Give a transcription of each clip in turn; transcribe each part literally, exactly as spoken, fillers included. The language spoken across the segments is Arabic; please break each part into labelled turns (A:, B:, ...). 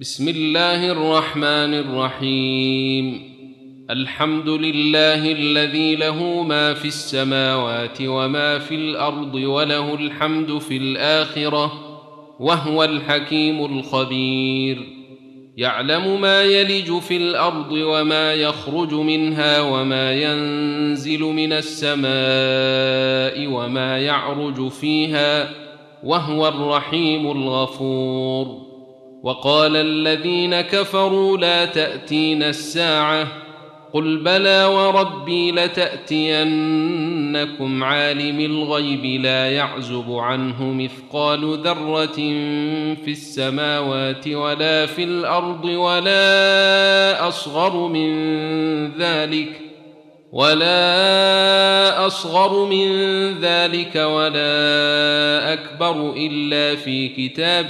A: بسم الله الرحمن الرحيم. الحمد لله الذي له ما في السماوات وما في الأرض وله الحمد في الآخرة وهو الحكيم الخبير. يعلم ما يلج في الأرض وما يخرج منها وما ينزل من السماء وما يعرج فيها وهو الرحيم الغفور. وقال الذين كفروا لا تأتينا الساعة قل بلى وربي لتأتينكم عالم الغيب لا يعزب عنه مثقال ذرة في السماوات ولا في الأرض ولا أصغر من ذلك ولا أصغر من ذلك ولا أكبر إلا في كتاب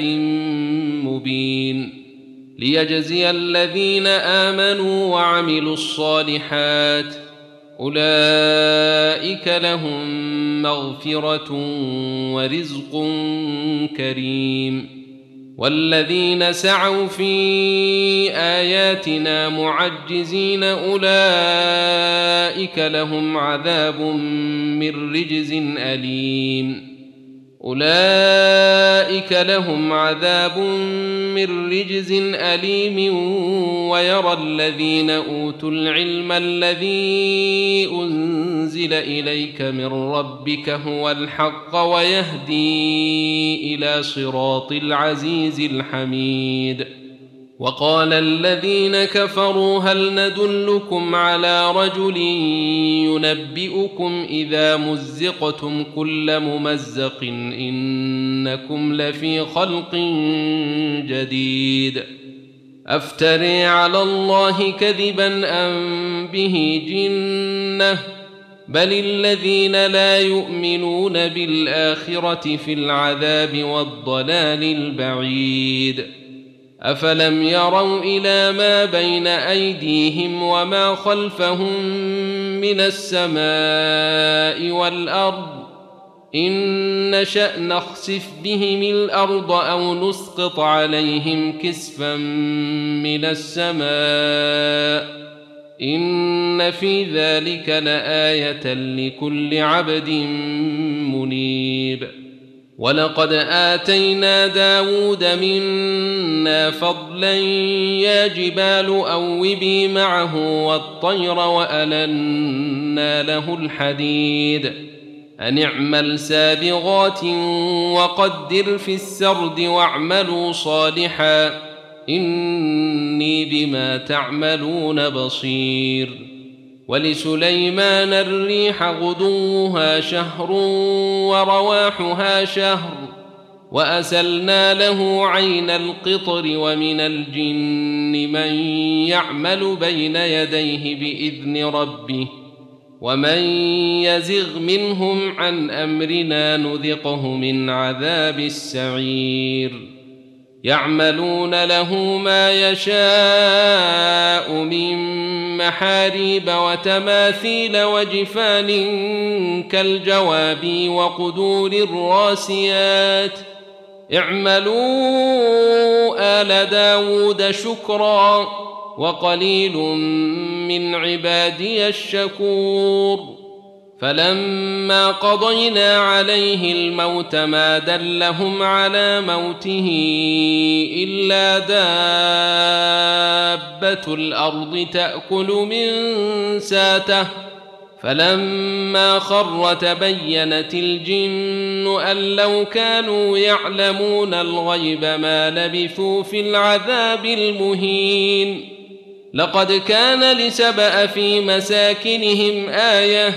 A: مبين ليجزي الذين آمنوا وعملوا الصالحات أولئك لهم مغفرة ورزق كريم. والذين سعوا في آياتنا معجزين أولئك لهم عذاب من رجز أليم أولئك لهم عذاب من رجز أليم ويرى الذين أوتوا العلم الذي أنزل إليك من ربك هو الحق ويهدي إلى صراط العزيز الحميد. وقال الذين كفروا هل ندلكم على رجل ينبئكم إذا مزقتم كل ممزق إنكم لفي خلق جديد أفتري على الله كذبا أم به جنة بل الذين لا يؤمنون بالآخرة في العذاب والضلال البعيد. أفلم يروا إلى ما بين أيديهم وما خلفهم من السماء والأرض إن نشأ نخسف بهم الأرض أو نسقط عليهم كسفا من السماء إن في ذلك لآية لكل عبد منيب. ولقد آتينا داود منا فضلا يا جبال أوبي معه والطير وألنا له الحديد أن اعمل سابغات وقدر في السرد واعملوا صالحا إني بما تعملون بصير. ولسليمان الريح غدوها شهر ورواحها شهر وأسلنا له عين القطر ومن الجن من يعمل بين يديه بإذن ربه ومن يزغ منهم عن أمرنا نذقه من عذاب السعير. يعملون له ما يشاء من محاريب وتماثيل وجفان كالجواب وقدور الراسيات اعملوا آل داود شكرا وقليل من عبادي الشكور. فلما قضينا عليه الموت ما دلهم على موته إلا دابة الأرض تأكل من ساته فلما خر تبينت الجن أن لو كانوا يعلمون الغيب ما لبثوا في العذاب المهين. لقد كان لسبأ في مساكنهم آية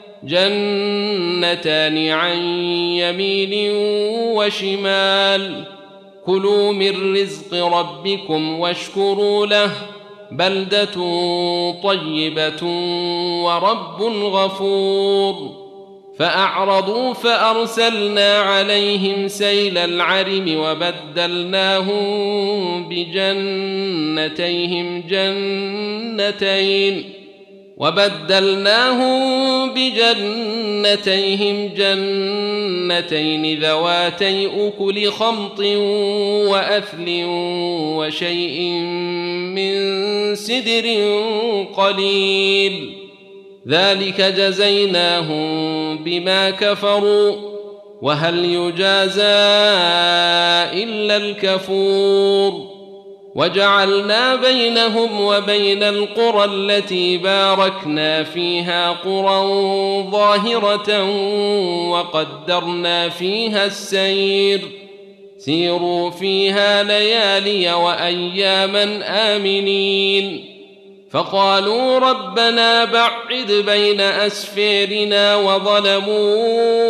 A: جنتان عن يمين وشمال كلوا من رزق ربكم واشكروا له بلدة طيبة ورب غفور. فأعرضوا فأرسلنا عليهم سيل العرم وبدلناهم بجنتيهم جنتين وبدلناهم بجنتيهم جنتين ذواتي أكل خمط وأثل وشيء من سدر قليل ذلك جزيناهم بما كفروا وهل يجازى إلا الكفور وجعلنا بينهم وبين القرى التي باركنا فيها قرى ظاهرة وقدرنا فيها السير سيروا فيها ليالي وأياما آمنين فقالوا ربنا بعد بين أسفيرنا وظلموا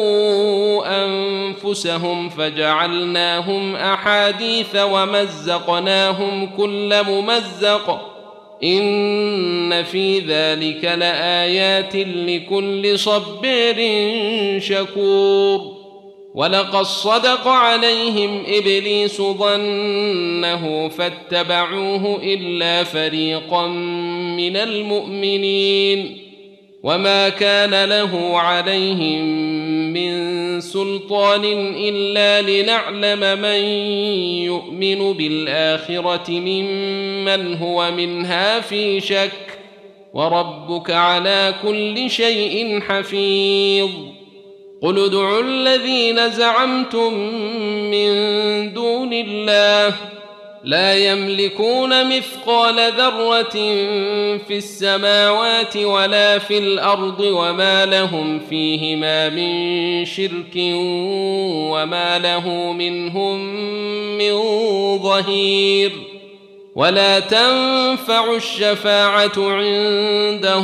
A: أنفسهم فجعلناهم أحاديث ومزقناهم كل ممزق إن في ذلك لآيات لكل صبير شكور ولقد صدق عليهم إبليس ظنه فاتبعوه إلا فريقا من المؤمنين وما كان له عليهم من سلطان إلا لنعلم من يؤمن بالآخرة ممن هو منها في شك وربك على كل شيء حفيظ قل ادعوا الذين زعمتم من دون الله لا يملكون مثقال ذرة في السماوات ولا في الأرض وما لهم فيهما من شرك وما له منهم من ظهير ولا تنفع الشفاعة عنده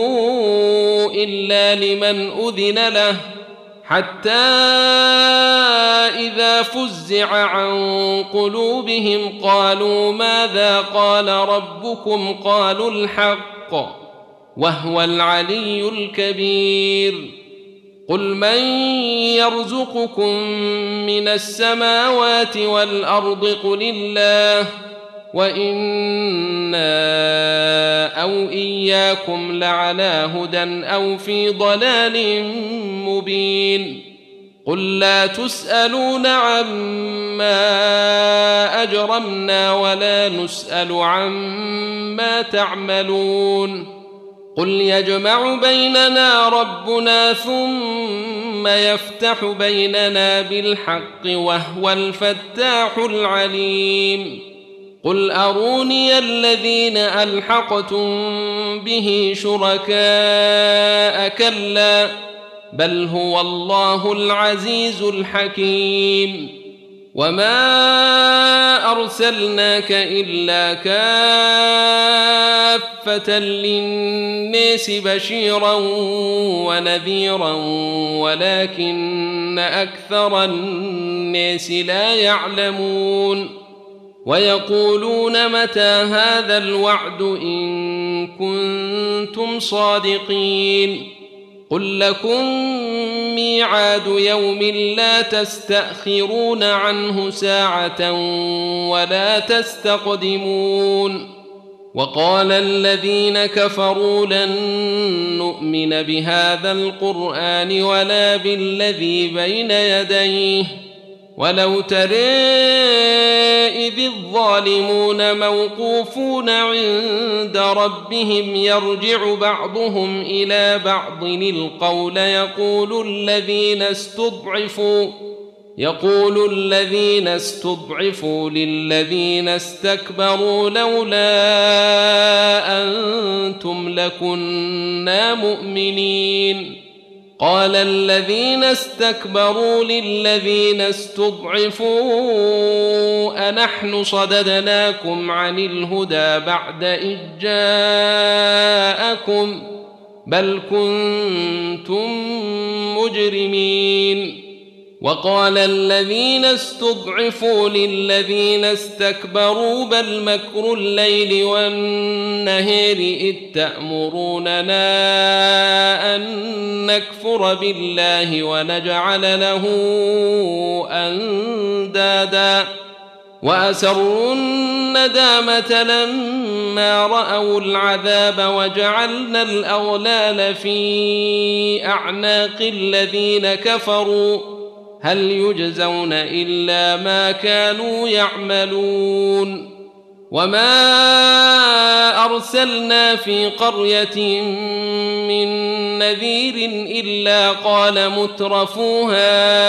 A: إلا لمن أذن له حتى إذا فزع عن قلوبهم قالوا ماذا قال ربكم قالوا الحق وهو العلي الكبير قل من يرزقكم من السماوات والأرض قل الله وإنا أو إياكم لعلى هدى أو في ضلال مبين قل لا تسألون عما أجرمنا ولا نسأل عما تعملون قل يجمع بيننا ربنا ثم يفتح بيننا بالحق وهو الفتاح العليم قل أروني الذين ألحقتم به شركاء كلا بل هو الله العزيز الحكيم وما أرسلناك إلا كافة للناس بشيرا ونذيرا ولكن أكثر الناس لا يعلمون ويقولون متى هذا الوعد إن كنتم صادقين قل لكم ميعاد يوم لا تستأخرون عنه ساعة ولا تستقدمون وقال الذين كفروا لن نؤمن بهذا القرآن ولا بالذي بين يديه ولو ترى إذ الظالمون موقوفون عند ربهم يرجع بعضهم إلى بعض القول يقول الذين استضعفوا يقول الذين استضعفوا للذين استكبروا لولا أنتم لكنا مؤمنين قال الذين استكبروا للذين استضعفوا أنحن صددناكم عن الهدى بعد إذ جاءكم بل كنتم مجرمين وقال الذين استضعفوا للذين استكبروا بل مكر الليل والنهار إذ تأمروننا أن نكفر بالله ونجعل له أندادا وأسروا الندامة لما رأوا العذاب وجعلنا الأغلال في أعناق الذين كفروا هل يجزون إلا ما كانوا يعملون وما أرسلنا في قرية من نذير إلا قال مترفوها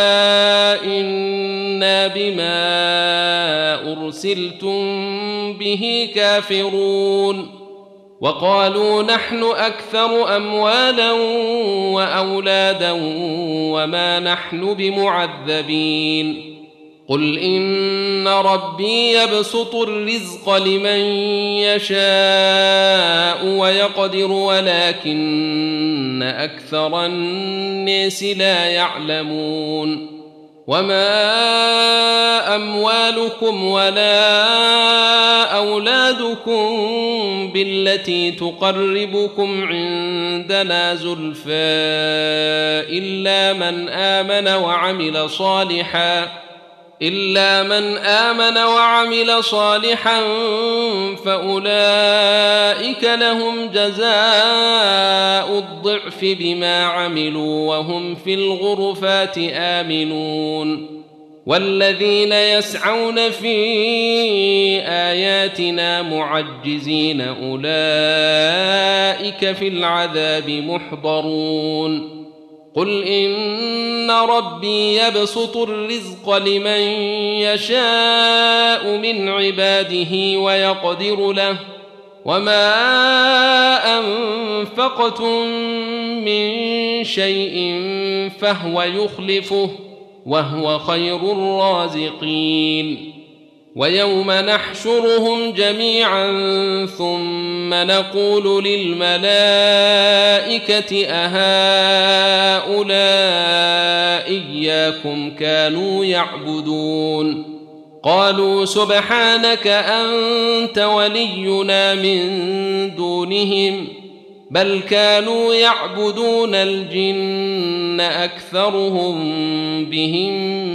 A: إنا بما أرسلتم به كافرون وقالوا نحن أكثر أموالا وأولادا وما نحن بمعذبين قل إن ربي يبسط الرزق لمن يشاء ويقدر ولكن أكثر الناس لا يعلمون وما أموالكم ولا أولادكم بالتي تقربكم عندنا زلفى إلا من آمن وعمل صالحا إلا من آمن وعمل صالحا فأولئك لهم جزاء الضعف بما عملوا وهم في الغرفات آمنون والذين يسعون في آياتنا معجزين أولئك في العذاب محضرون قل إن ربي يبسط الرزق لمن يشاء من عباده ويقدر له وما أنفقتم من شيء فهو يخلفه وهو خير الرازقين ويوم نحشرهم جميعا ثم نقول للملائكة أهؤلاء إياكم كانوا يعبدون قالوا سبحانك أنت ولينا من دونهم بل كانوا يعبدون الجن أكثرهم بهم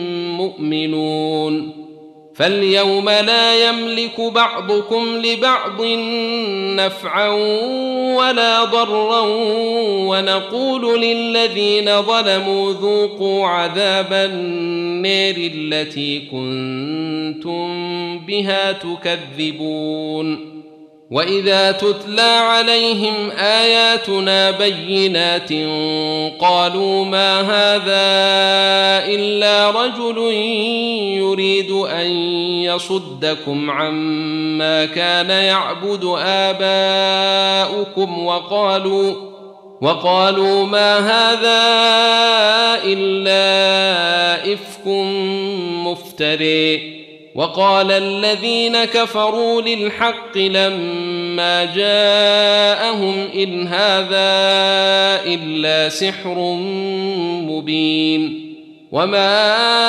A: مؤمنون فاليوم لا يملك بعضكم لبعض نفعا ولا ضرا ونقول للذين ظلموا ذوقوا عذاب النار التي كنتم بها تكذبون وإذا تتلى عليهم آياتنا بينات قالوا ما هذا إلا رجل يريد أن يصدكم عما كان يعبد آباؤكم وقالوا وقالوا ما هذا إلا إفك مفتري وقال الذين كفروا للحق لما جاءهم إن هذا إلا سحر مبين وما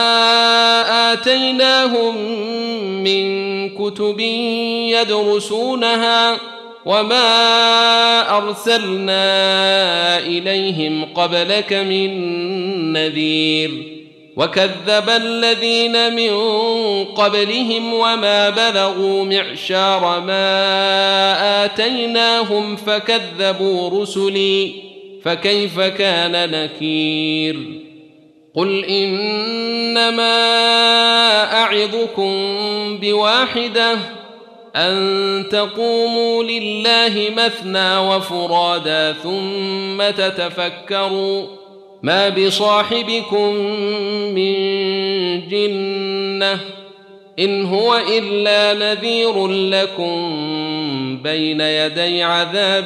A: آتيناهم من كتب يدرسونها وما أرسلنا إليهم قبلك من نذير وكذب الذين من قبلهم وما بلغوا معشار ما آتيناهم فكذبوا رسلي فكيف كان نكير قل إنما أعظكم بواحدة أن تقوموا لله مثنى وفرادا ثم تتفكروا ما بصاحبكم من جنة إن هو إلا نذير لكم بين يدي عذاب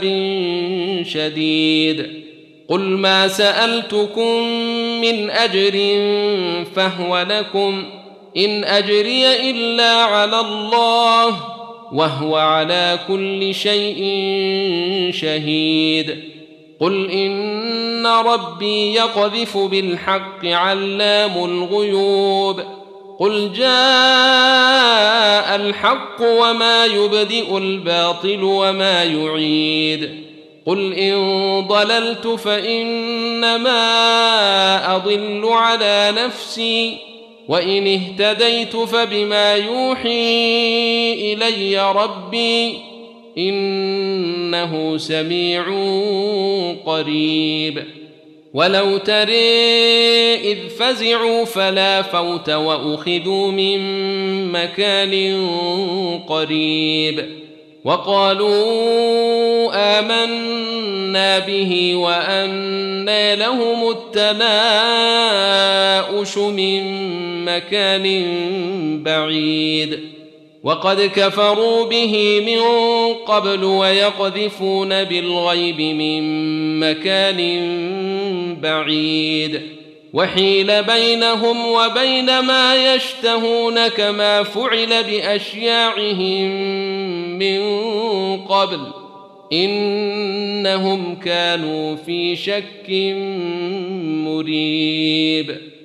A: شديد قل ما سألتكم من أجر فهو لكم إن أجري إلا على الله وهو على كل شيء شهيد قل إن ربي يقذف بالحق علام الغيوب قل جاء الحق وما يبدئ الباطل وما يعيد قل إن ضللت فإنما أضل على نفسي وإن اهتديت فبما يوحي إلي ربي إنه سميع قريب ولو ترى إذ فزعوا فلا فوت وأخذوا من مكان قريب وقالوا آمنا به وأنى لهم التناؤش من مكان بعيد وقد كفروا به من قبل ويقذفون بالغيب من مكان بعيد وحيل بينهم وبين ما يشتهون كما فعل بأشياعهم من قبل إنهم كانوا في شك مريب